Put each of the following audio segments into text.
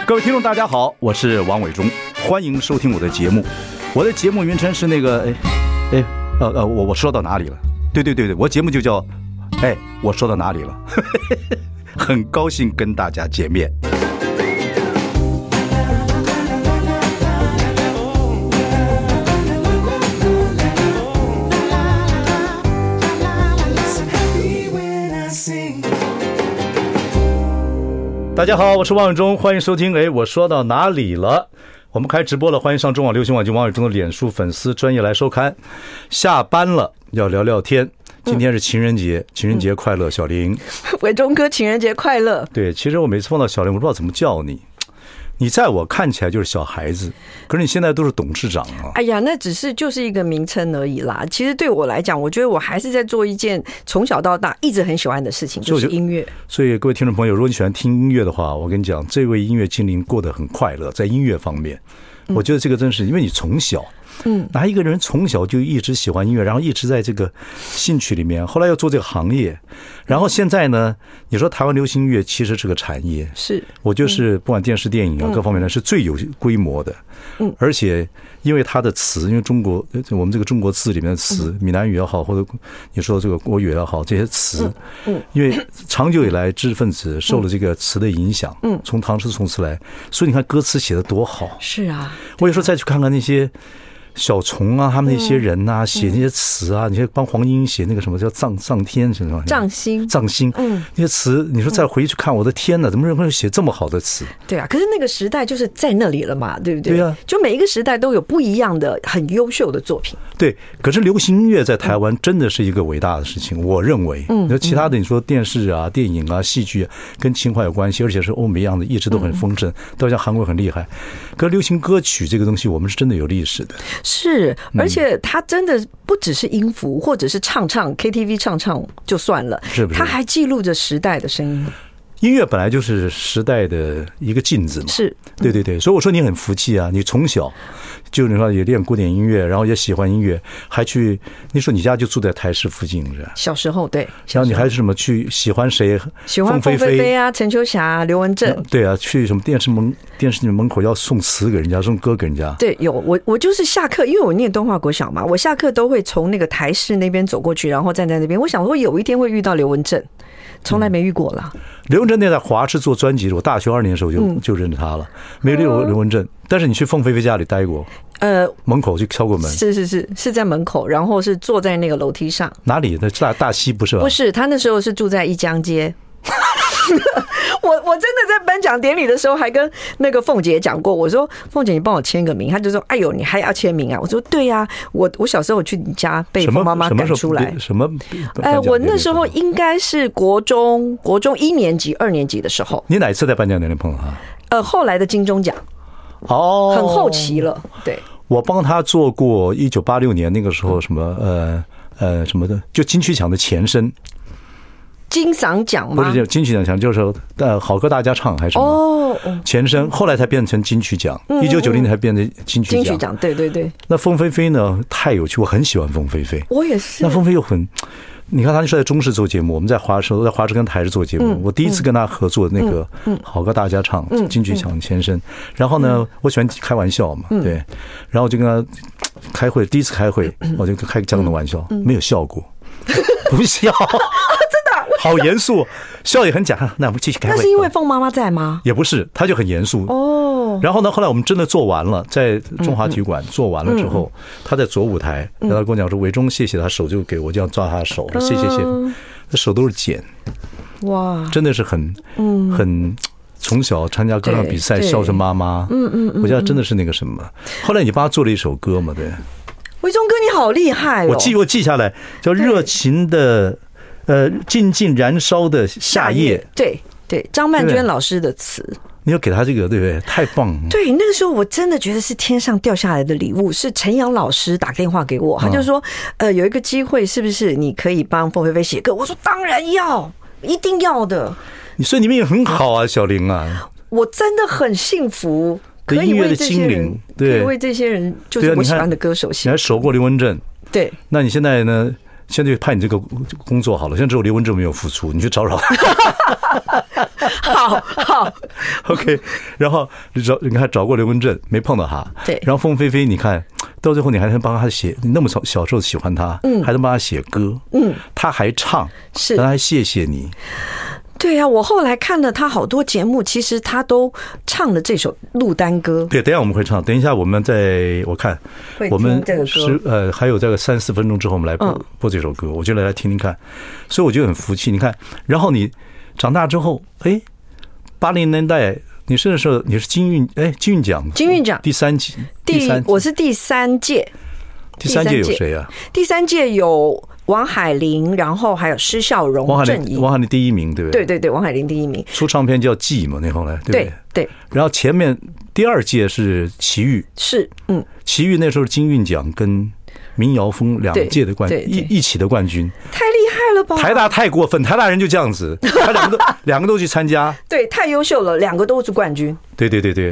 各位听众大家好，我是王伟忠，欢迎收听我的节目。我的节目名称是那个我说到哪里了？对，我节目就叫我说到哪里了？很高兴跟大家见面。大家好，我是王伟忠，欢迎收听。我说到哪里了？我们开直播了，欢迎上中网流行网及王伟忠的脸书粉丝专页来收看。下班了，要聊聊天。今天是情人节，情人节快乐，小林。 伟忠哥，情人节快乐。 对，其实我每次碰到小林，我不知道怎么叫你。你在我看起来就是小孩子，可是你现在都是董事长啊！ 哎呀，那就是一个名称而已啦。其实对我来讲，我觉得我还是在做一件从小到大一直很喜欢的事情，就是音乐。 所以各位听众朋友，如果你喜欢听音乐的话，我跟你讲，这位音乐精灵过得很快乐，在音乐方面，我觉得这个真是因为你从小。哪一个人从小就一直喜欢音乐，然后一直在这个兴趣里面，后来又做这个行业，然后现在呢，你说台湾流行音乐其实是个产业， 是我就是不管电视电影啊各方面呢是最有规模的，而且因为它的词，因为我们这个中国字里面的词，闽南语也好，或者你说这个国语也好，这些词，因为长久以来知识分子受了这个词的影响，从唐诗宋词来，所以你看歌词写得多好。 是啊， 我有时候再去看看那些小虫啊，他们那些人啊，写那些词啊，你看帮黄莺写那个什么叫藏天什么藏心， 那些词，你说再回去看，我的天哪，怎么人会写这么好的词？ 对啊，可是那个时代就是在那里了嘛，对不对？ 对啊， 就每一个时代都有不一样的很优秀的作品。 对，可是流行音乐在台湾真的是一个伟大的事情，我认为。其他的你说电视啊、电影啊、戏剧啊，跟情怀有关系，而且是欧美样的，一直都很丰盛，都像韩国很厉害。可是流行歌曲这个东西，我们是真的有历史的。 是，而且它真的不只是音符，或者是唱 KTV 唱就算了， 是不是？ 它还记录着时代的声音。 音乐本来就是时代的一个镜子嘛， 是， 对，所以我说你很福气啊，你从小就你说也练古典音乐，然后也喜欢音乐，还去你说你家就住在台视附近是吧？ 小时候对， 然后你还是什么去喜欢谁？ 喜欢凤飞飞啊，陈秋霞、刘文正。 对啊，去什么电视门口要送词给人家，送歌给人家。 对，有我就是下课，因为我念东华国小嘛，我下课都会从那个台视那边走过去，然后站在那边，我想说有一天会遇到刘文正。从来没遇过了。 刘文正那在华视做专辑，我大学2年的时候就认识他了，没有刘文正。但是你去凤飞飞家里待过？门口去敲过门。 是在门口，然后是坐在那个楼梯上。 哪里的？大溪不是吧？ 不是，他那时候是住在一江街。我真的在颁奖典礼的时候还跟那个凤姐讲过，我说凤姐你帮我签个名，她就说哎呦你还要签名啊？我说对呀，我小时候我去你家被凤妈妈赶出来。 什么？ 我那时候应该是国中1年级2年级的时候。 你哪一次在颁奖典礼碰到他？ 后来的金钟奖。哦，很后期了。对， 我帮他做过1986年那个时候什么什么的，就金曲奖的前身。 金嗓奖吗？ 不是金曲奖，就是好歌大家唱还是什么？前身，后来才变成金曲奖。1990年才变成金曲奖。 金曲奖，对。 那凤飞飞呢？太有趣，我很喜欢凤飞飞。 我也是。 那凤飞又很，你看他是在中视做节目，我们在华视跟台视做节目。我第一次跟他合作那个好歌大家唱金曲奖前身。然后呢，我喜欢开玩笑嘛，对。然后我就跟他开会，第一次开会我就开这样的玩笑，没有效果，不笑。好严肃，笑也很假。那我们继续开会。 那是因为凤妈妈在吗？ 也不是，他就很严肃。哦。然后呢，后来我们真的做完了，在中华体育馆做完了之后，他在左舞台，然后跟我讲说：“伟忠，谢谢。”他手就给我这样抓他的手，谢谢。他手都是茧。哇，真的是很从小参加歌唱比赛，孝顺妈妈。我觉得真的是那个什么。后来你帮他做了一首歌嘛？对。 伟忠哥，你好厉害哦！ 我记下来，叫《热情的》。静静燃烧的夏夜， 对，张曼娟老师的词， 你要给他这个，对不对？太棒了！ 对，那个时候我真的觉得是天上掉下来的礼物，是陈阳老师打电话给我，他就说，有一个机会，是不是你可以帮凤飞飞写歌？我说当然要，一定要的。 所以你们也很好啊，小玲啊， 我真的很幸福，可以为这些人，对，为这些人就是我喜欢的歌手写。 你还守过刘文正， 对， 那你现在呢？ 现在就派你这个工作好了，现在只有刘文正没有复出，你去找找。 好 ，OK。然后你看找过刘文正，没碰到他。 对。 然后凤飞飞，你看到最后你还能帮他写，你那么小时候喜欢他，还能帮他写歌，他还唱， 是， 他还谢谢你。 对啊，我后来看了他好多节目，其实他都唱了这首录单歌。 对，等一下我们会唱，等一下我们我看我们还有这个3-4分钟之后，我们来播这首歌，我就来听听看。所以我就很服气。你看，然后你长大之后，80年代你是金韵奖第三季， 我是第三届。 第三届有谁啊？ 第三届有王海玲，然后还有施孝荣、郑怡。 王海玲第一名，对不对？ 对对对，王海玲第一名。 出唱片叫《记》嘛，那后来对不对？ 对。 然后前面第2届是齐豫， 是齐豫那时候是金韵奖跟民谣风2届的一起的冠军， 太厉害了吧！ 台大太过分，台大人就这样子，他两个都去参加， 对，太优秀了，2个都是冠军。 对。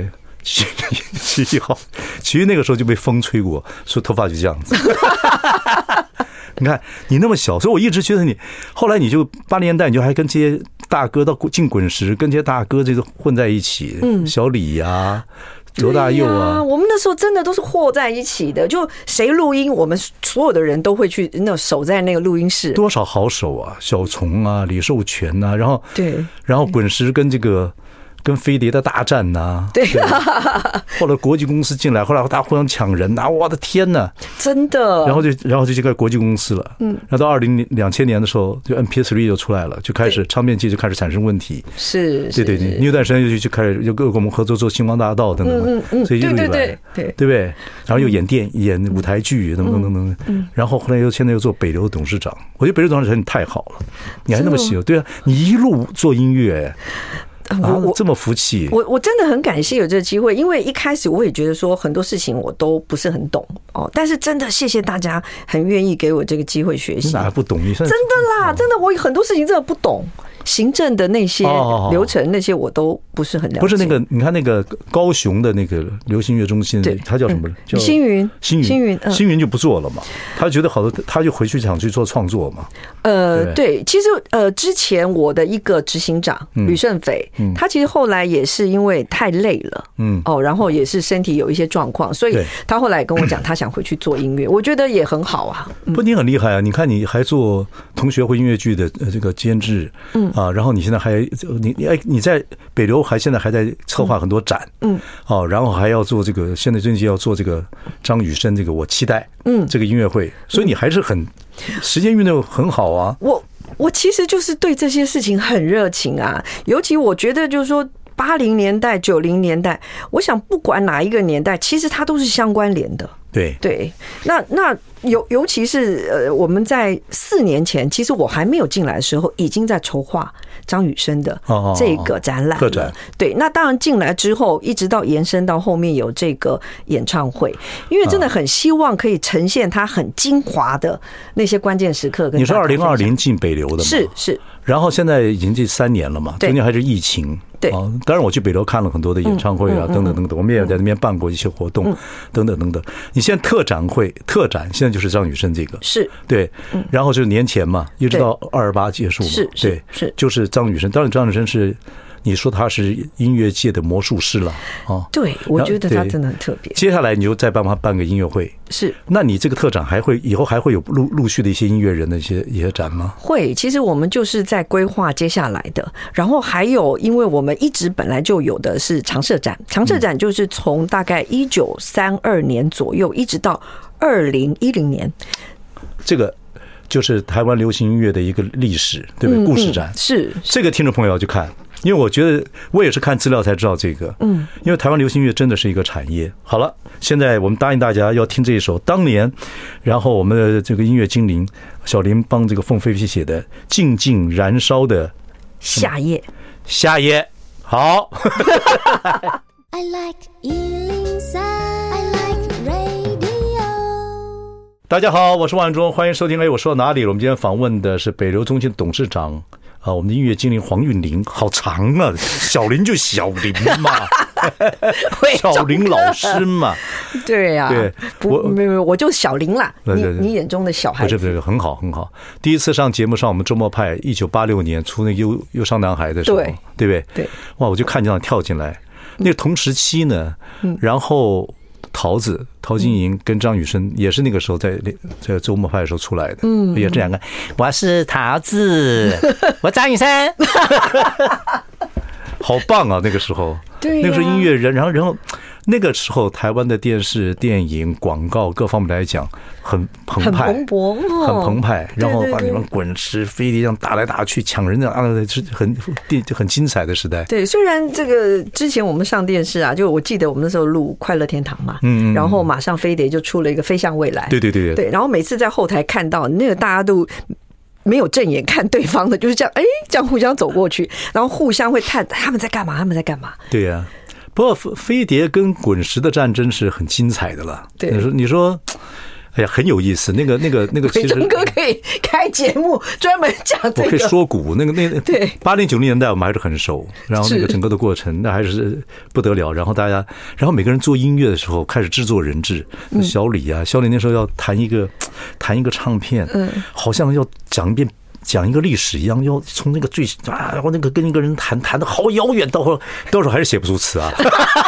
齐豫那个时候就被风吹过，说头发就这样子。你看你那么小，所以我一直觉得你后来你就80年代你就还跟这些大哥到进滚石，跟这些大哥这个混在一起，小李啊。罗大佑啊， 我们那时候真的都是和在一起的，就谁录音，我们所有的人都会去守在那个录音室。 多少好手啊，小虫啊，李寿全啊，然后滚石跟飞碟的大战呐， 对， 后来国际公司进来，后来大家互相抢人呐，我的天呐， 真的。 然后就这个国际公司了，然后到2000年的时候，就 MP3 就出来了，就开始唱片机就开始产生问题， 是， 对，你有段时间就开始又跟我们合作做星光大道等等，所以就对不对？然后又演舞台剧等等，然后后来现在又做北流董事长，我觉得北流董事长你太好了，你还那么喜欢，对啊，你一路做音乐。我这么服气， 我真的很感谢有这个机会，因为一开始我也觉得说很多事情我都不是很懂但是真的谢谢大家很愿意给我这个机会学习。 你哪不懂？你真的啦，真的我很多事情真的不懂。行政的那些流程那些我都不是很了解。 不是那个，你看那个高雄的那个流行音乐中心，他叫什么？叫星云就不做了嘛。他觉得好多，他就回去想去做创作嘛。 对，其实之前我的一个执行长吕胜斐，他其实后来也是因为太累了，然后也是身体有一些状况，所以他后来跟我讲，他想回去做音乐，我觉得也很好啊。 不，你很厉害啊！你看你还做同学会音乐剧的这个监制，然后你现在你在北流现在还在策划很多展，然后还要做这个，现在最近要做这个张雨生这个我期待，这个音乐会，所以你还是时间运用很好啊。 我其实就是对这些事情很热情啊，尤其我觉得就是说80年代、90年代，我想不管哪一个年代，其实它都是相关联的。对，那尤其是我们在4年前，其实我还没有进来的时候，已经在筹划张雨生的这个展览了。对，那当然进来之后，一直到延伸到后面有这个演唱会，因为真的很希望可以呈现他很精华的那些关键时刻。 你是2020进北流的吗？ 是。然后现在已经这3年了嘛，中间还是疫情。 对， 当然我去北流看了很多的演唱会啊，等等，我们也在那边办过一些活动，等等。你现在特展现在就是张雨生这个， 是对，然后就是年前嘛，一直到228结束嘛， 是， 就是张雨生。当然张雨生是。你说他是音乐界的魔术师了对，我觉得他真的很特别。 接下来你就再帮他办个音乐会， 是。 那你这个特展以后还会有陆续的一些音乐人的一些展吗？ 会，其实我们就是在规划接下来的，然后还有，因为我们一直本来就有的是常设展，常设展就是从大概1932年左右一直到2010年， 这个就是台湾流行音乐的一个历史，对不对？故事展是这个，听众朋友要去看。因为我觉得我也是看资料才知道这个，因为台湾流行乐真的是一个产业。好了，现在我们答应大家要听这一首当年，然后我们的这个音乐精灵小林帮这个凤飞飞写的《静静燃烧的夏夜》。 好。 I like 103, I like radio。 大家好，我是万忠，欢迎收听。我说到哪里了？我们今天访问的是北流中心董事长。我们的音乐精灵黄韵玲，好长啊，小林就小林嘛。 小林老师嘛， 对呀， 对， 我就小林啦，你眼中的小孩子， 不是很好很好。第一次上节目上我们周末派，1986年出那个忧伤男孩的时候，对不对？ 对， 哇，我就看见他跳进来，那个同时期呢，然后陶晶莹跟张雨生也是那个时候在周末派的时候出来的，也这两个，我是桃子，我张雨生，好棒啊！那个时候， 对， 那个时候音乐人，然后那个时候台湾的电视、电影、广告各方面来讲，很澎湃， 很蓬勃， 很澎湃。然后把你们滚石、飞碟这样打来打去，抢人的是很精彩的时代。 对，虽然这个之前我们上电视啊，就我记得我们那时候录《快乐天堂》嘛，然后马上飞碟就出了一个《飞向未来》，对，然后每次在后台看到那个大家都没有正眼看对方的，就是这样，这样互相走过去，然后互相会探他们在干嘛， 对呀。不过飞碟跟滚石的战争是很精彩的了。 对， 你说，哎呀，很有意思。那个，其实伟忠哥可以开节目专门讲这个。 我可以说古，那对 80、90年代我们还是很熟。然后那个整个的过程，那还是不得了。然后每个人做音乐的时候开始制作人质。小李那时候要弹一个唱片，好像要讲一个历史一样，要从那个然后那个跟一个人谈的好遥远，到时候还是写不出词啊，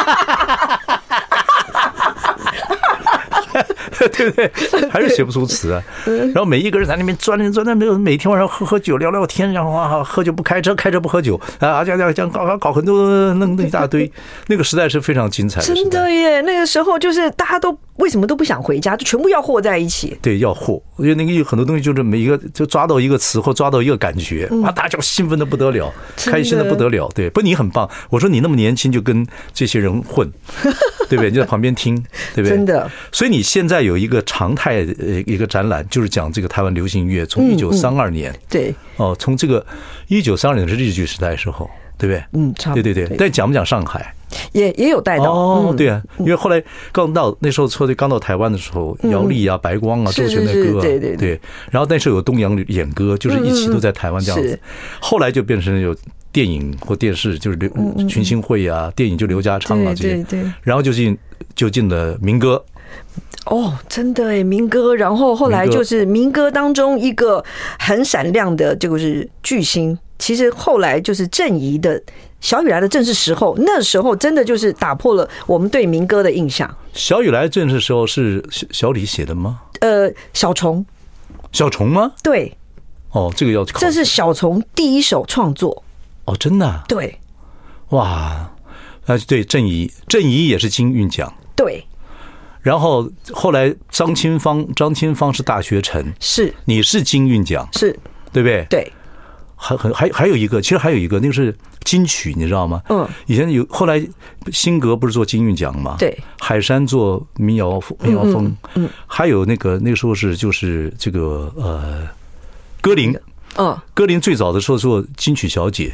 对不对？还是写不出词啊。然后每一个人在那边钻，每天晚上喝酒聊天，然后喝酒不开车，开车不喝酒啊，这样搞很多弄一大堆。那个时代是非常精彩的， 真的耶！那个时候就是大家都为什么都不想回家，就全部要和在一起。 对，要和，因为那个有很多东西就是每一个就抓到一个词或抓到一个感觉啊，大家就兴奋的不得了，开心的不得了。对，不，你很棒。我说你那么年轻就跟这些人混，对不对？你在旁边听，对不对？ 真的。 所以你现在有一个常态一个展览，就是讲这个台湾流行音乐从1932年， 对， 从这个1932年是日据时代的时候，对不对？ 差不多。 对。但讲不讲上海？ 也有带到对啊，因为后来那时候刚到台湾的时候，姚丽啊、白光啊、周璇的歌啊，对。然后那时候有东洋演歌，就是一起都在台湾这样子。后来就变成有电影或电视，就是群星会啊，电影就刘家昌啊这些，对。然后就进了民歌。 真的耶，民歌。然后后来就是民歌当中一个很闪亮的，就是巨星。其实后来就是郑怡的小雨来的正是时候，那时候真的就是打破了我们对民歌的印象。 小雨来的正是时候是小李写的吗？ 小虫吗？ 对。 这个要考。 这是小虫第一首创作。 真的啊？ 对。 哇，对，郑怡也是金韵奖。 对。 然后后来张清芳是大学城，是，你是金韵奖，是，对不对？对。还有一个，其实还有一个，那个是金曲，你知道吗？以前后来新格不是做金韵奖吗？对。海山做民谣风，还有那个时候就是这个歌林，歌林最早的时候做金曲小姐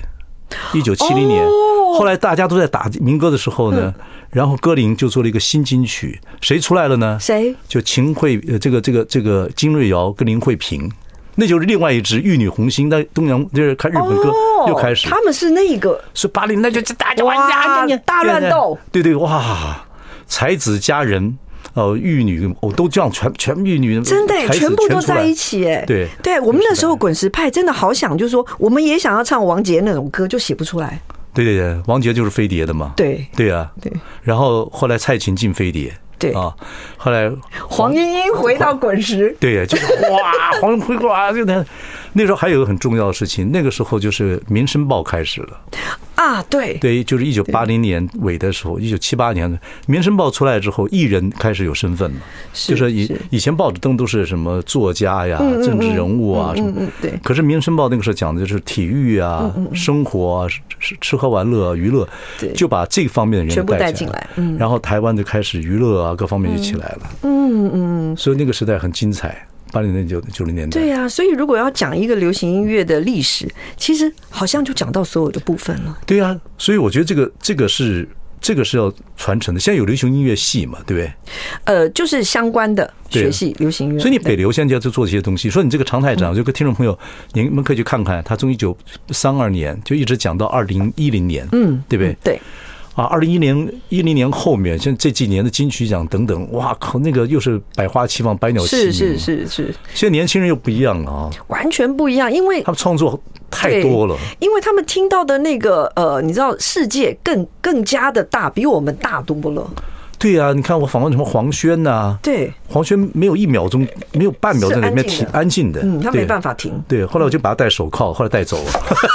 ，1970年。后来大家都在打民歌的时候呢，然后歌林就做了一个新金曲，谁出来了呢？谁？就秦慧这个金瑞瑶跟林慧萍。那就是另外一支玉女红星，在东洋就是看日本歌又开始， 他们是那个是80年代就大家玩家大乱斗， 对，哇，才子佳人玉女都这样全玉女， 真的全部都在一起哎，对，我们那时候滚石派真的好想，就是说我们也想要唱王杰那种歌，就写不出来。 对，王杰就是飞碟的嘛，对啊，对，然后后来蔡琴进飞碟。对啊，后来黄莺莺回到滚石， 对，就是哇，黄莺回哇，那时候还有一个很重要的事情，那个时候就是《民生报》开始了啊，对， 就是1980年尾的时候，1978年《民生报》出来之后，艺人开始有身份了，就是以前报纸登都是什么作家呀、政治人物啊什么，对，可是《民生报》那个时候讲的就是体育啊、生活啊、吃喝玩乐、娱乐，就把这方面的人全部带进来， 然后台湾就开始娱乐啊各方面就起来了，所以那个时代很精彩。80年代、90年代， 对啊，所以如果要讲一个流行音乐的历史，其实好像就讲到所有的部分了。 对啊，所以我觉得这个是要传承的。现在有流行音乐系嘛，对不对？就是相关的学系流行音乐。 所以你北流现在就做这些东西。说你这个常态展，我就跟听众朋友，你们可以去看看，他从1932年就一直讲到2010年，对不对？对。 啊，2010年后面，像这几年的金曲奖等等，哇靠，那个又是百花齐放，百鸟齐鸣。 是。 现在年轻人又不一样了啊， 完全不一样，因为他们创作太多了， 因为他们听到的那个你知道世界更加的大，比我们大多了。 对啊，你看我访问什么黄轩呐， 对， 黄轩没有1秒钟，没有半秒在里面停，安静的， 他没办法停。 对，后来我就把他戴手铐，后来带走了。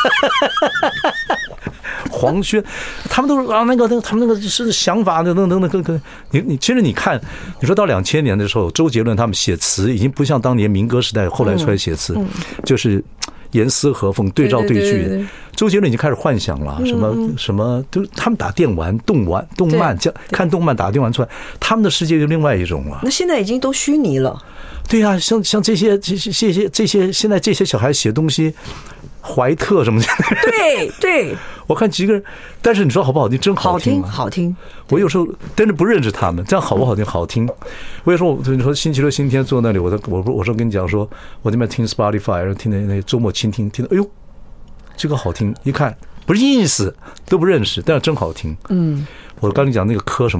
黄轩，他们都是啊，他们那个是想法等，其实你看，你说到2000年的时候，周杰伦他们写词已经不像当年民歌时代后来出来写词，就是严丝合缝、对照对句。周杰伦已经开始幻想了，什么都他们打电玩、动漫，看动漫打电玩出来，他们的世界就另外一种了。 那现在已经都虚拟了。 对啊，像这些现在这些小孩写东西。怀特什么的， 对， 我看几个人，但是你说好不好听？真好听， 好听。 我有时候真的不认识他们，这样好不好听？好听。我有时候你说星期六、星期天坐那里，我说跟你讲说，我那边听 Spotify， 然后听那周末倾听，听到哎呦，这个好听，一看不是意思都不认识，但是真好听。我刚才讲那个柯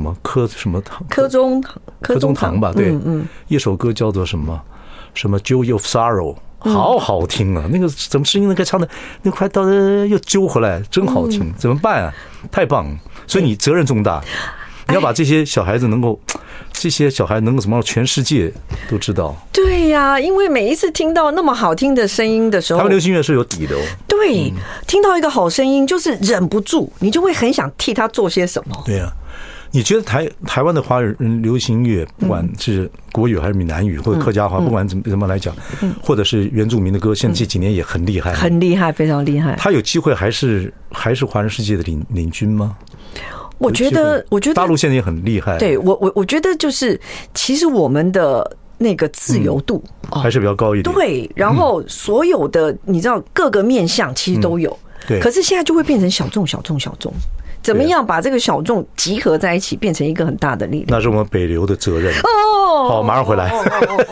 中堂吧，对，一首歌叫做什么 Joy of Sorrow。好听啊！那个怎么声音能够唱的那快到又揪回来，真好听，怎么办啊？太棒了！所以你责任重大，你要把这些小孩子能够怎么让全世界都知道？ 对呀，因为每一次听到那么好听的声音的时候， 台湾流行乐是有底的哦。 对，听到一个好声音，就是忍不住，你就会很想替他做些什么。 对呀。你觉得台湾的华人流行乐，不管是国语还是闽南语或者客家话，不管怎么来讲，或者是原住民的歌，现在这几年也很厉害， 很厉害，非常厉害。 他有机会还是华人世界的领军吗？ 我觉得大陆现在也很厉害。 对，我觉得就是其实我们的那个自由度还是比较高一点。 对，然后所有的你知道各个面向其实都有， 对。 可是现在就会变成小众。怎么样把这个小众集合在一起，变成一个很大的力量？ 那是我们北流的责任。好，马上回来。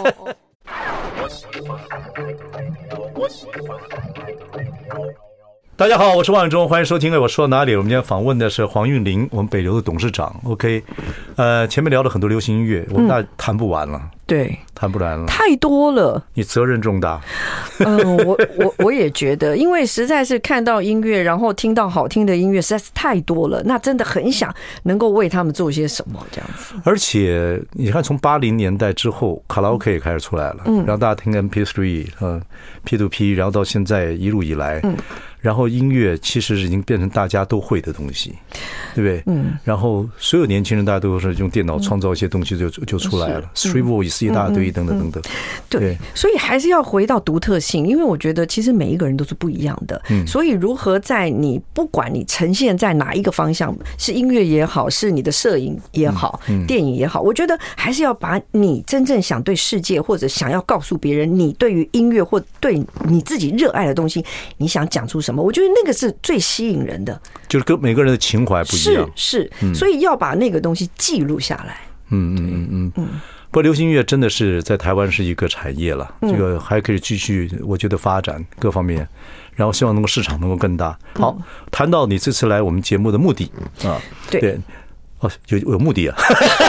大家好，我是王永忠，欢迎收听。我说到哪里？我们今天访问的是黄韵玲，我们北流的董事长。OK， 前面聊了很多流行音乐，我们那谈不完了。 对， 谈不完了， 太多了。 你责任重大。 我也觉得，因为实在是看到音乐，然后听到好听的音乐，实在是太多了。那真的很想能够为他们做些什么这样子。 而且你看，从80年代之后，卡拉 OK 也开始出来了，然后大家听 MP3，P2P， 然后到现在一路以来，然后音乐其实已经变成大家都会的东西，对不对？然后所有年轻人大家都是用电脑创造一些东西就出来了 ，Street Voice 一大堆等等。 对，所以还是要回到独特性，因为我觉得其实每一个人都是不一样的。所以如何在你不管你呈现在哪一个方向，是音乐也好，是你的摄影也好，电影也好，我觉得还是要把你真正想对世界或者想要告诉别人，你对于音乐或对你自己热爱的东西，你想讲出什么？我觉得那个是最吸引人的， 就是跟每个人的情怀不一样。 是，所以要把那个东西记录下来。 不过流行音乐真的是在台湾是一个产业了，这个还可以继续，我觉得发展各方面，然后希望能够市场能够更大。好，谈到你这次来我们节目的目的啊，对，哦，有目的啊。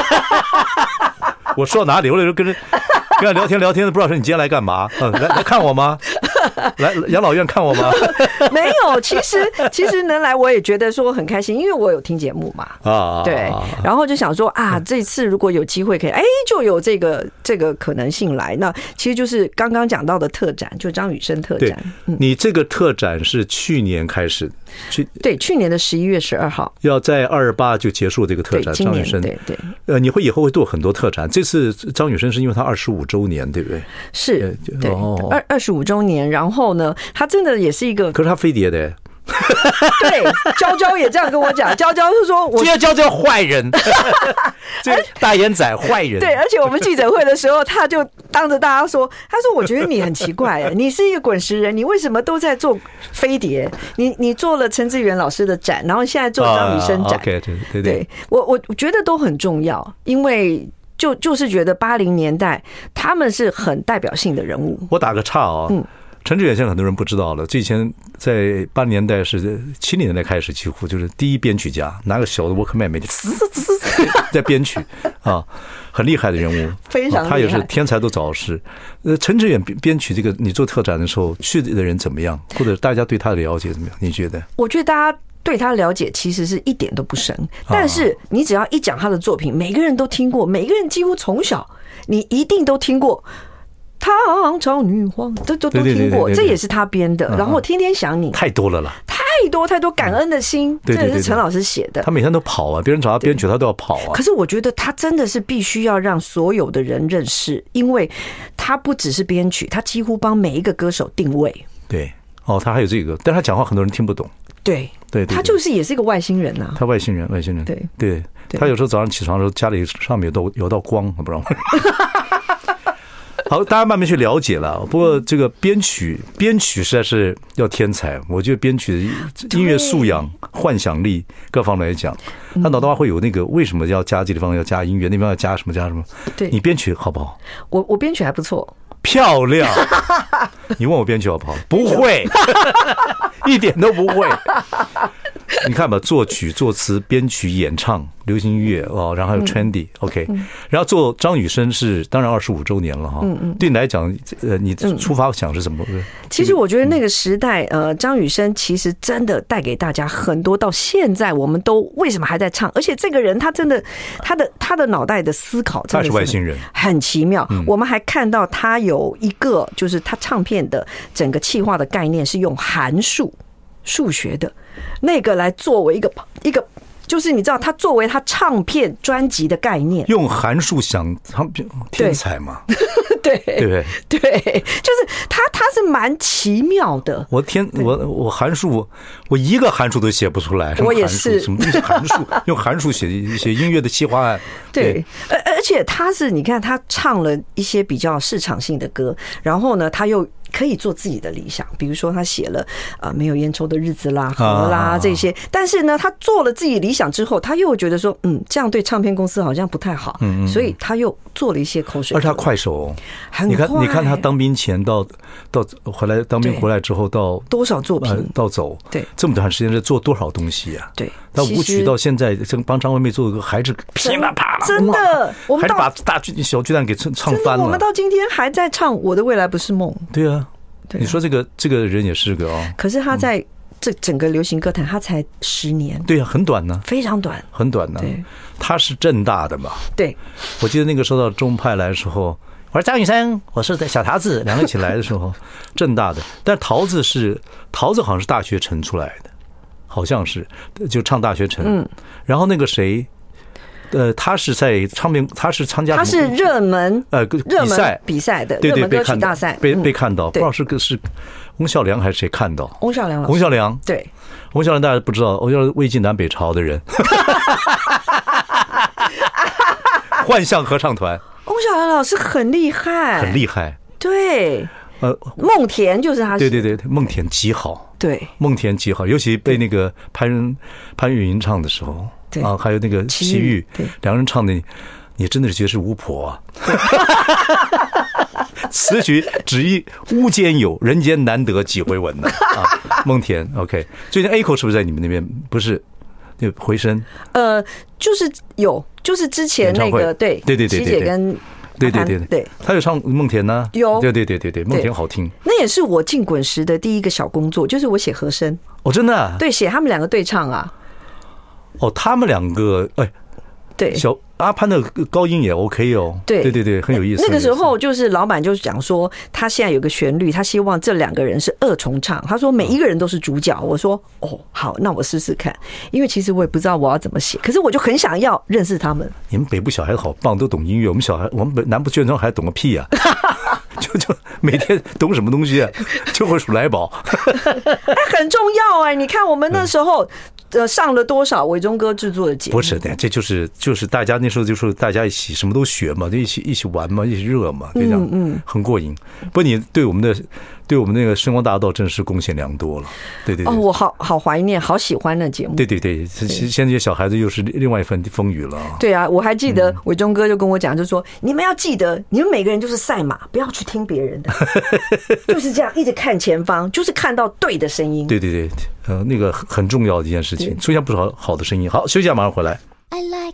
我说到哪里？我有时候跟他聊天，不知道说你今天来干嘛？来看我吗？来养老院看我吗？ 没有，其实能来我也觉得说很开心，因为我有听节目嘛。对，然后就想说这次如果有机会可以，就有这个可能性来。那其实就是刚刚讲到的特展，就张雨生特展。 你这个特展是去年开始的。 对，去年的11月12号要在228就结束这个特展。张雨生，对，你会以后会做很多特展。这次张雨生是因为他25周年，对不对？ 是，对，25周年。然后呢，他真的也是一个， 可是他飞碟的。 对，娇娇也这样跟我讲，娇娇是说我娇娇坏人，这大眼仔坏人。 对，而且我们记者会的时候，他就当着大家说，他说我觉得你很奇怪，你是一个滚石人，你为什么都在做飞碟？你做了陈志远老师的展，然后现在做张雨生展。对，我觉得都很重要，因为就是觉得80年代他们是很代表性的人物。 我打个岔啊。 陈志远现在很多人不知道了，这以前在80年代是70年代开始，几乎就是第一编曲家，拿个小的 Walkman 每天在编曲啊，很厉害的人物， 非常厉害， 他也是天才都早逝。陈志远编曲这个，你做特展的时候去的人怎么样，或者大家对他的了解怎么样？你觉得？ 我觉得大家对他了解其实是一点都不深，但是你只要一讲他的作品，每个人都听过，每个人几乎从小你一定都听过。唐朝女皇都听过，这也是他编的。然后天天想你， 太多了啦， 太多感恩的心，这也是陈老师写的。 他每天都跑啊，别人找他编曲，他都要跑啊。 可是我觉得他真的是必须要让所有的人认识，因为他不只是编曲，他几乎帮每一个歌手定位。 对，哦，他还有这个，但他讲话很多人听不懂。 对，他就是也是一个外星人呐。 他外星人，对，他有时候早上起床的时候，家里上面有道光，我不知道。好，大家慢慢去了解了。不过这个编曲实在是要天才，我觉得编曲的音乐素养、幻想力各方面来讲，他脑袋会有那个为什么要加这地方要加音乐，那边要加什么。对，你编曲好不好？ 我编曲还不错。 漂亮！你问我编曲好不好？不会，一点都不会。你看吧，作曲、作词、编曲、演唱流行音乐哦，然后还有 trendy，OK，然后做张雨生是当然25周年了哈。对你来讲，你出发想是什么？ 其实我觉得那个时代，张雨生其实真的带给大家很多，到现在我们都为什么还在唱？而且这个人他真的，他的脑袋的思考真的是外星人， 很奇妙。我们还看到他有一个，就是他唱片的整个企划的概念是用函数。数学的那个来作为一个，就是你知道，他作为他唱片专辑的概念， 用函数想唱片，天才嘛？ 对对， 就是他是蛮奇妙的。 我函数，我一个函数都写不出来。 我也是什么函数？用函数写一些音乐的企划案。 对，而且他是你看他唱了一些比较市场性的歌，然后呢，他又可以做自己的理想，比如说他写了没有烟抽的日子啦、河啦这些，但是呢，他做了自己理想之后，他又觉得说，这样对唱片公司好像不太好，所以他又做了一些口水歌。 而且他快手， 很快。 你看他当兵前到回来当兵回来之后到多少作品到走， 对， 这么短时间是做多少东西啊？ 对， 到舞曲到现在，帮张惠妹做个还是噼里啪啦， 真的，我们还是把小巨蛋给唱翻了。 我们到今天还在唱《我的未来不是梦》。 对啊。你说这个人也是个可是他在这整个流行歌坛，他才10年。 对啊，很短呢， 非常短， 很短呢。他是政大的嘛？ 对， 我记得那个时候到中派来的时候，我说张雨生，我是小桃子，两个一起来的时候，政大的，但桃子好像是大学城出来的，好像是就唱大学城。然后那个谁。他是在唱片，他是参加， 他是热门比赛的， 对， 歌曲大赛被看到，不知道是翁孝良还是谁看到？ 翁孝良，对， 翁孝良大家不知道，翁孝良魏晋南北朝的人，幻象合唱团， 翁孝良老师很厉害， 很厉害， 对，梦田就是他， 对，梦田极好， 对， 梦田极好，尤其被那个潘越云唱的时候。啊，还有那个齐豫，两人唱的，你真的是觉得是巫婆啊！词曲只忆屋间有，人间难得几回闻呢。啊，梦田 ，OK。最近 Echo 是不是在你们那边？不是，那回声。 就是有，就是之前那个对，琪姐跟。 对，他有唱梦田呢， 有， 对，梦田好听。 那也是我进滚石的第一个小工作，就是我写和声。 哦，真的？ 对，写他们两个对唱啊。 哦，他们两个， 对， 小阿潘的高音也 OK 哦，对，很有意思。 那个时候就是老板就讲说，他现在有个旋律，他希望这两个人是2重唱。他说每一个人都是主角。我说好，那我试试看，因为其实我也不知道我要怎么写，可是我就很想要认识他们。 你们北部小孩好棒，都懂音乐。我们南部眷村还懂个屁啊！就每天懂什么东西啊？就会数来宝。 很重要你看我们那时候。 上了多少伟忠哥制作的节目？ 不是的，这就是大家那时候就是大家一起什么都学嘛，就一起玩嘛，一起热嘛，就这样，很过瘾。不，你对我们那个声光大道真是贡献良多了。对对对。 哦，我好怀念，好喜欢那节目。 对对对，现在这些小孩子又是另外一份风雨了。 对啊，我还记得伟忠哥就跟我讲，就说你们要记得，你们每个人就是赛马，不要去听别人的，就是这样一直看前方，就是看到对的声音。 对对对，那个很重要的一件事情，出现不少好的声音。好，休息一下，马上回来。 I like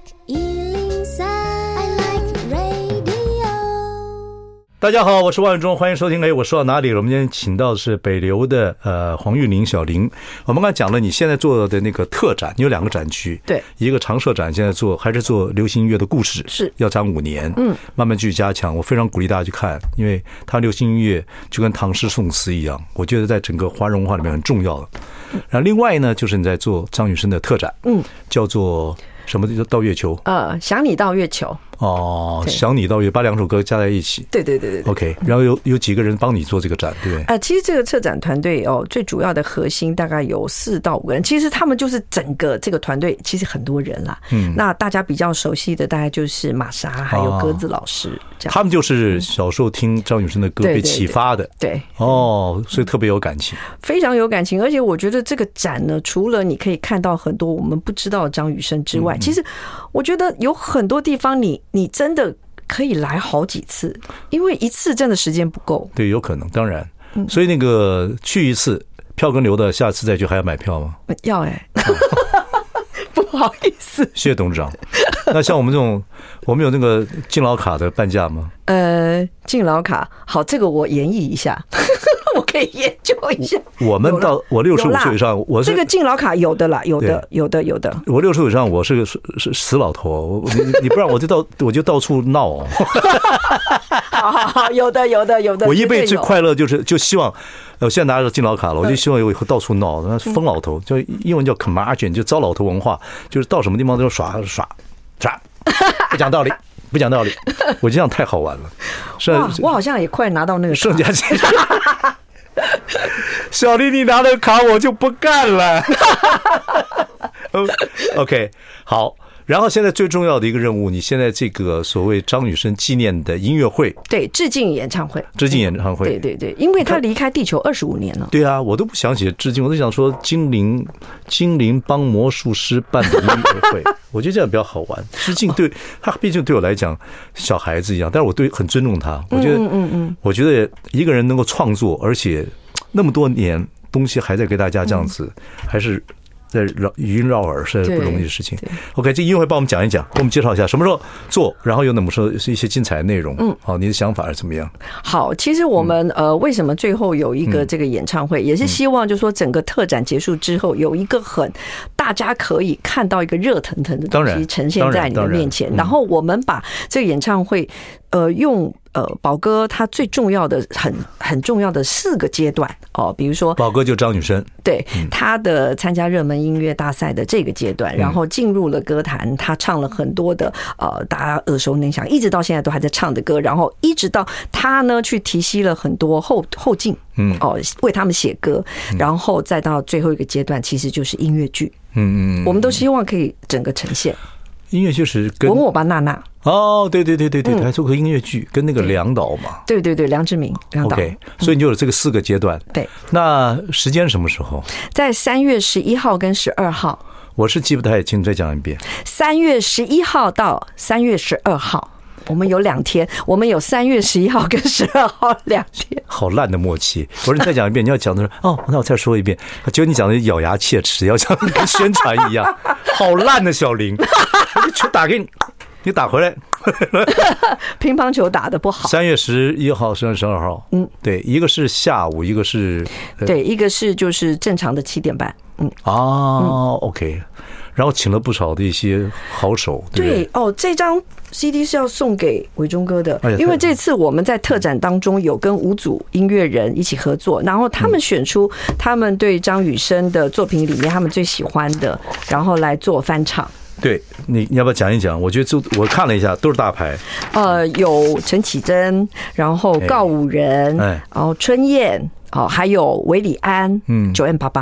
103, I like radio。 大家好，我是万永忠，欢迎收听。我说到哪里了？我们今天请到的是北流的黄玉玲小玲。我们刚才讲了你现在做的那个特展，你有2个展区， 对， 一个常设展，现在还是做流行音乐的故事， 是要展5年，慢慢继续加强。我非常鼓励大家去看，因为它流行音乐就跟唐诗宋词一样，我觉得在整个华人文化里面很重要的。然后另外呢，就是你在做张雨生的特展，叫做什么？叫到月球？ 想你到月球。 哦，想你到月，把2首歌加在一起。 对对对对。 OK， 然后有几个人帮你做这个展，对不对？ 其实这个策展团队最主要的核心大概有4到5个人。其实他们就是整个这个团队，其实很多人啦。那大家比较熟悉的大概就是玛莎还有鸽子老师，这样。 他们就是小时候听张雨生的歌被启发的。 对。 所以特别有感情， 非常有感情。而且我觉得这个展呢，除了你可以看到很多我们不知道的张雨生之外，其实我觉得有很多地方你真的可以来好几次，因为一次真的时间不够。 对，有可能，当然。所以那个去一次票根留的，下次再去还要买票吗？ 要不好意思。 谢谢董事长。那像我们这种，我们有那个敬老卡的半价吗？ 敬老卡，好，这个我研议一下。我可以研究一下。我 65岁以上，我是这个敬老卡有的啦，有的。 我65岁以上，我是个死老头，你不让我就到处闹。 好，有的。 我一辈子最快乐就希望，我现在拿着敬老卡了，我就希望以后到处闹，疯老头，就英文叫 curmudgeon， 就糟老头文化，就是到什么地方都耍，不讲道理。我这样太好玩了。 哇，我好像也快拿到那个盛家钱。小丽，你拿了卡我就不干了。OK， 好。然后现在最重要的一个任务，你现在这个所谓张雨生纪念的音乐会， 对，致敬演唱会，对，因为他离开地球25年了。 对啊，我都不想写致敬，我都想说精灵帮魔术师办的音乐会，我觉得这样比较好玩。致敬对他，毕竟对我来讲小孩子一样，但是我很尊重他。我觉得一个人能够创作，而且那么多年东西还在给大家这样子，还是在余音绕耳，是不容易的事情。OK， 这音乐会帮我们讲一讲，给我们介绍一下什么时候做，然后有那么说是一些精彩的内容。好，你的想法是怎么样？ 好，其实我们为什么最后有一个这个演唱会，也是希望就是说整个特展结束之后，有一个大家可以看到一个热腾腾的东西呈现在你的面前，然后我们把这个演唱会用宝哥他最重要的很重要的4个阶段比如说宝哥就张雨生， 对，他的参加热门音乐大赛的这个阶段，然后进入了歌坛，他唱了很多的大家耳熟能详，一直到现在都还在唱的歌，然后一直到他呢去提携了很多后进，为他们写歌，然后再到最后一个阶段，其实就是音乐剧，我们都希望可以整个呈现。 音乐就是跟吻我吧娜娜。 对，他还做过音乐剧，跟那个梁导嘛。对， 梁志明梁导。 OK， 所以你就有这个4个阶段。 对， 那时间什么时候？ 在3月11号跟12号。 我是记不太清，再讲一遍。 3月11号到3月12号。我们有2天，我们有3月11号跟12号2天。好烂的默契！我说你再讲一遍，你要讲的说那我再说一遍。结果你讲的咬牙切齿，要讲的跟宣传一样，好烂的小林，我就球打给你，你打回来。 乒乓球打得不好。 3月11号、3月12号，对，一个是下午，一个是对，一个是就是正常的7点半。 OK。然后请了不少的一些好手，对， 这张 CD 是要送给伟忠哥的，因为这次我们在特展当中有跟5组音乐人一起合作，然后他们选出他们对张雨生的作品里面他们最喜欢的，然后来做翻唱。 对，你要不要讲一讲？我觉得我看了一下，都是大牌。 有陈绮贞，然后告五人，然后春燕，还有韦礼安，9M88。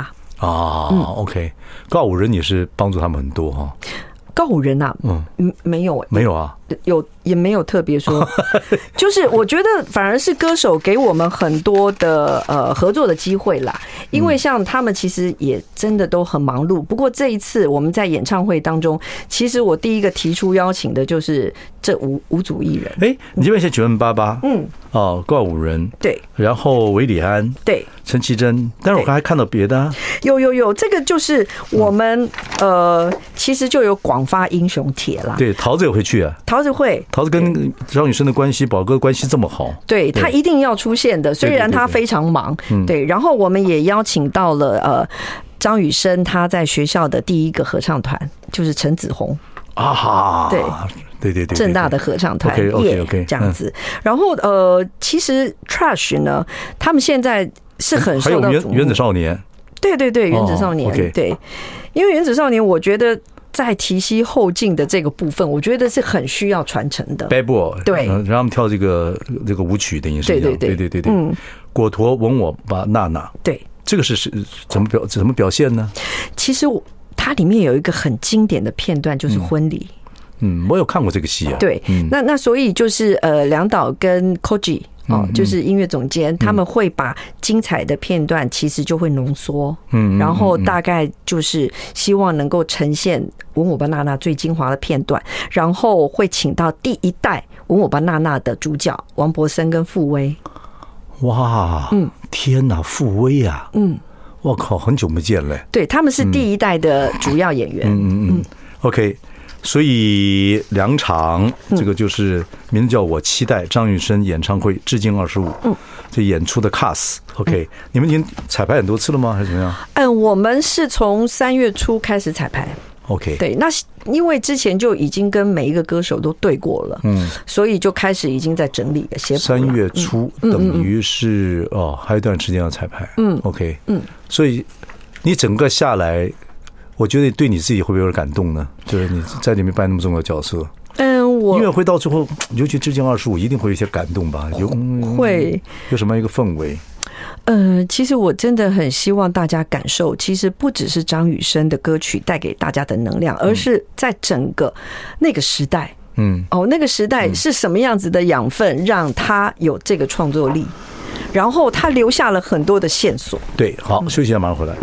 OK， 告五人你是帮助他们很多哈。 告五人啊，没有没有啊， 也没有特别说，就是我觉得反而是歌手给我们很多的合作的机会啦，因为像他们其实也真的都很忙碌。不过这一次我们在演唱会当中，其实我第一个提出邀请的就是这五组艺人。 你这边写988，告五人， 对， 然后韦礼安，对，陈绮贞，但是我刚才看到别的啊， 有，这个就是我们其实就有广发英雄帖啦。 对，桃子也会去啊，桃子跟张雨生的关系，宝哥关系这么好， 对，他一定要出现的，虽然他非常忙，对。然后我们也邀请到了张雨生他在学校的第一个合唱团，就是陈子鸿啊，对，政大的合唱团，OK， 这样子。然后其实 Trash 呢，他们现在是很受到瞩目， 原子少年， 对，原子少年，对，因为原子少年，我觉得在提携后进的这个部分，我觉得是很需要传承的。 Bad Boy， 对， 让他们跳这个舞曲，等于是对，果陀吻我吧娜娜，对，这个是怎么表现呢？ 其实它里面有一个很经典的片段，就是婚礼。 我有看过这个戏啊。对， 那所以就是梁导跟 Koji。就是音乐总监，他们会把精彩的片段其实就会浓缩，然后大概就是希望能够呈现吻我吧娜娜最精华的片段，然后会请到第一代吻我吧娜娜的主角王柏森跟傅威。哇，天哪，傅威啊，我靠，很久没见了。对，他们是第一代的主要演员。 OK。所以2场，这个就是名字叫我期待张雨生演唱会致敬25，这演出的 cast。OK， 你们已经彩排很多次了吗？还是怎么样？ 我们是从3月初开始彩排。 OK， 对，那因为之前就已经跟每一个歌手都对过了，所以就开始已经在整理了写谱了。 3月初等于是还有一段时间要彩排。OK， 所以你整个下来。我觉得对你自己会不会有点感动呢？就是你在里面扮那么重要的角色，音乐会到最后，尤其致敬25，一定会有一些感动吧？ 会有什么样一个氛围？ 其实我真的很希望大家感受，其实不只是张雨生的歌曲带给大家的能量，而是在整个那个时代，那个时代是什么样子的养分，让他有这个创作力，然后他留下了很多的线索。对， 好，休息一下，马上回来。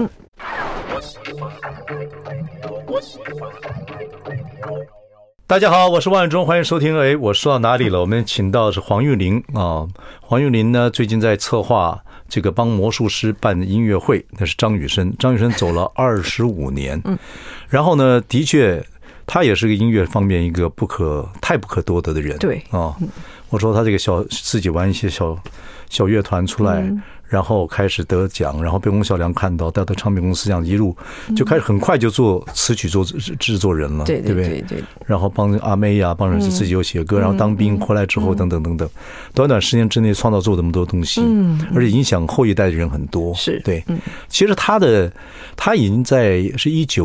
大家好，我是万忠，欢迎收听。我说到哪里了？我们请到的是黄韵玲啊。黄韵玲呢，最近在策划这个帮魔术师办音乐会，那是张雨生。张雨生走了25年，然后呢，的确，他也是个音乐方面一个太不可多得的人。对啊，我说他这个自己玩一些小乐团出来。然后开始得奖，然后被翁孝良看到，带到唱片公司，这样一路就开始很快就做词曲做制作人了，对不对？然后帮阿妹呀，帮人自己有写歌，然后当兵回来之后等等等等，短时间之内创造出这么多东西，而且影响后一代的人很多。是对，其实他已经是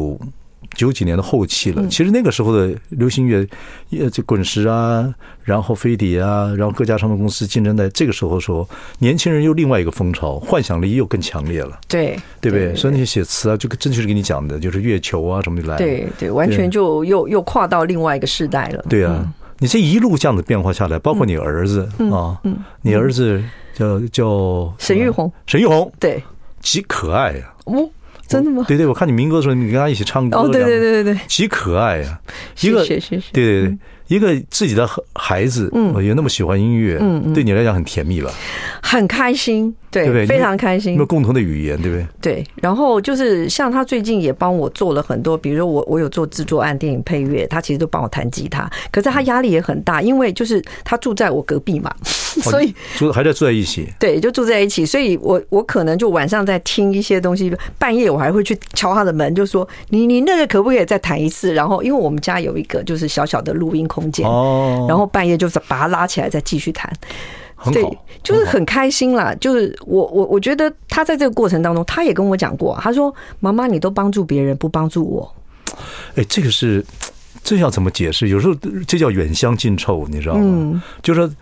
1990几年的后期了。其实那个时候的流行乐，这滚石啊，然后飞碟啊，然后各家唱片公司竞争在这个时候说，年轻人又另外一个风潮，幻想力又更强烈了。对不对？所以那些写词啊，就真就是跟你讲的，就是月球啊什么就来了。对，完全就又跨到另外一个世代了。对啊，你这一路这样的变化下来，包括你儿子啊，你儿子叫沈玉红，对，极可爱呀。真的吗？对，我看你民歌的时候，你跟他一起唱歌，对，极可爱呀！一个对，一个自己的孩子，也那么喜欢音乐，对你来讲很甜蜜吧？很开心，对，非常开心。有共同的语言，对不对？对。然后就是像他最近也帮我做了很多，比如说我有做制作案、电影配乐，他其实都帮我弹吉他。可是他压力也很大，因为就是他住在我隔壁嘛，所以还在住在一起。对，就住在一起，所以我可能就晚上在听一些东西，半夜我还会去敲他的门，就说你那个可不可以再弹一次？然后因为我们家有一个就是小小的录音空间，然后半夜就是把它拉起来再继续弹。对，就是很开心啦。就是我觉得他在这个过程当中，他也跟我讲过，他说：“妈妈，你都帮助别人，不帮助我。”这要怎么解释？有时候这叫远香近臭，你知道吗？就是说，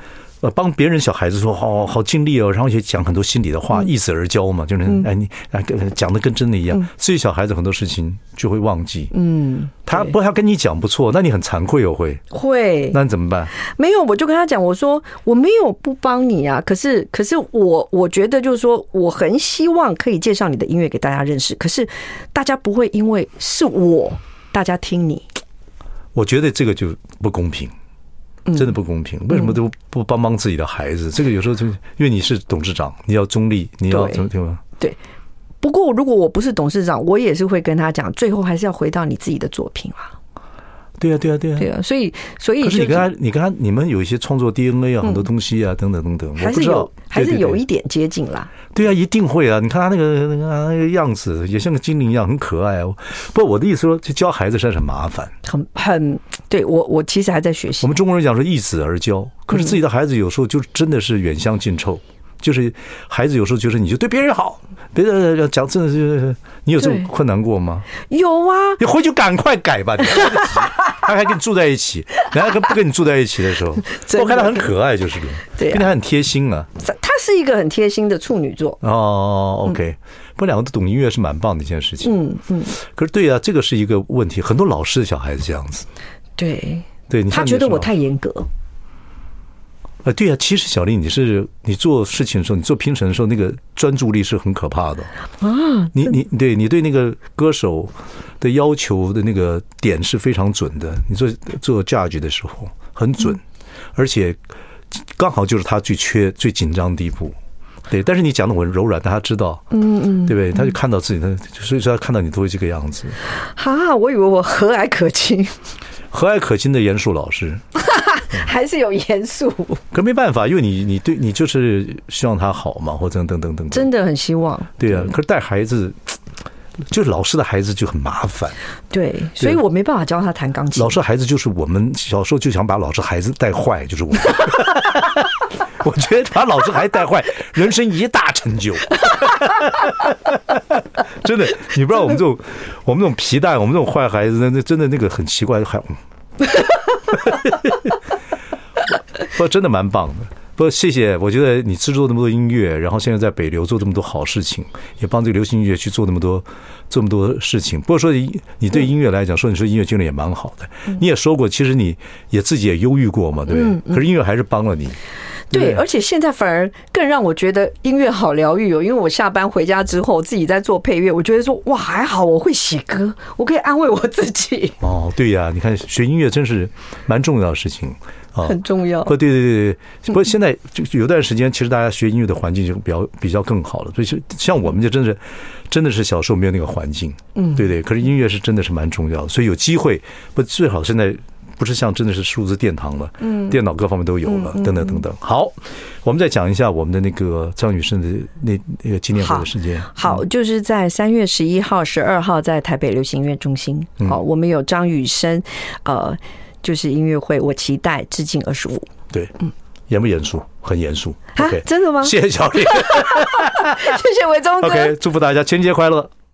帮别人小孩子说好尽力哦，然后也讲很多心里的话，易子而教嘛，就是你讲的跟真的一样。至于小孩子很多事情就会忘记，他跟你讲不错，那你很惭愧哦，会，那你怎么办？ 没有，我就跟他讲，我说我没有不帮你啊，可是我觉得就是说，我很希望可以介绍你的音乐给大家认识，可是大家不会因为是我，大家听你。 我觉得这个就不公平。真的不公平，为什么都不帮自己的孩子？这个有时候就因为你是董事长，你要中立，你要怎么对吗？ 对。不过如果我不是董事长，我也是会跟他讲，最后还是要回到你自己的作品啊。对啊，所以可是你跟他你们有一些创作 DNA 啊，很多东西啊，等等等等， 还是有一点接近啦。 对啊，一定会啊！你看他那个样子，也像个精灵一样，很可爱哦。不，我的意思说，教孩子实在是很麻烦， 很对我其实还在学习。 我们中国人讲说易子而教，可是自己的孩子有时候就真的是远香近臭。就是孩子有时候就是你就对别人好，别人讲真的是，你有这种困难过吗？ 有啊， 你回去赶快改吧，你他还跟你住在一起，人家不跟你住在一起的时候，我看他很可爱，就是对，跟他很贴心啊。 他是一个很贴心的处女座哦。OK， 不过两个都懂音乐是蛮棒的一件事情。可是对啊，这个是一个问题，很多老师的小孩子这样子。对， 他觉得我太严格。 对啊，其实小丽，你做事情的时候，你做评审的时候，那个专注力是很可怕的啊。你对那个歌手的要求的那个点是非常准的。你做 judge 的时候很准，而且刚好就是他最紧张的地步。对，但是你讲的很柔软，但他知道，对不对？他就看到自己的，所以说他看到你都会这个样子。我以为我和蔼可亲，和蔼可亲的严肃老师。 还是有严肃， 可没办法，因为你就是希望他好嘛，或等等， 真的很希望。 对啊，可是带孩子，就是老师的孩子就很麻烦。 对，所以我没办法教他弹钢琴。 老师孩子就是我们小时候就想把老师孩子带坏，就是我们。我觉得把老师孩子带坏，人生一大成就。真的，你不知道我们这种皮蛋，我们这种坏孩子，那真的那个很奇怪，不，真的蛮棒的。不，谢谢。我觉得你制作那么多音乐，然后现在在北流做这么多好事情，也帮这个流行音乐去做那么多事情。不过说你对音乐来讲，你说音乐经历也蛮好的。你也说过，其实你也自己也忧郁过嘛，对不对？可是音乐还是帮了你。 对，而且现在反而更让我觉得音乐好疗愈哦，因为我下班回家之后自己在做配乐，我觉得说哇还好我会写歌，我可以安慰我自己。哦， 对呀，你看学音乐真是蛮重要的事情。 很重要。 对，不过现在就有段时间，其实大家学音乐的环境就比较更好了。所以像我们就真的是小时候没有那个环境，对。可是音乐是真的是蛮重要的，所以有机会最好现在不是像真的是数字殿堂了，电脑各方面都有了，等等。好，我们再讲一下我们的那个张雨生的那个纪念会的时间。 好，就是在3月11号、12号在台北流行音乐中心。好，我们有张雨生，就是音乐会，我期待致敬25。 对，严不严肃？很严肃。OK， 真的吗？ 谢谢小丽， 谢谢伟忠哥。 OK， 祝福大家情人节快乐。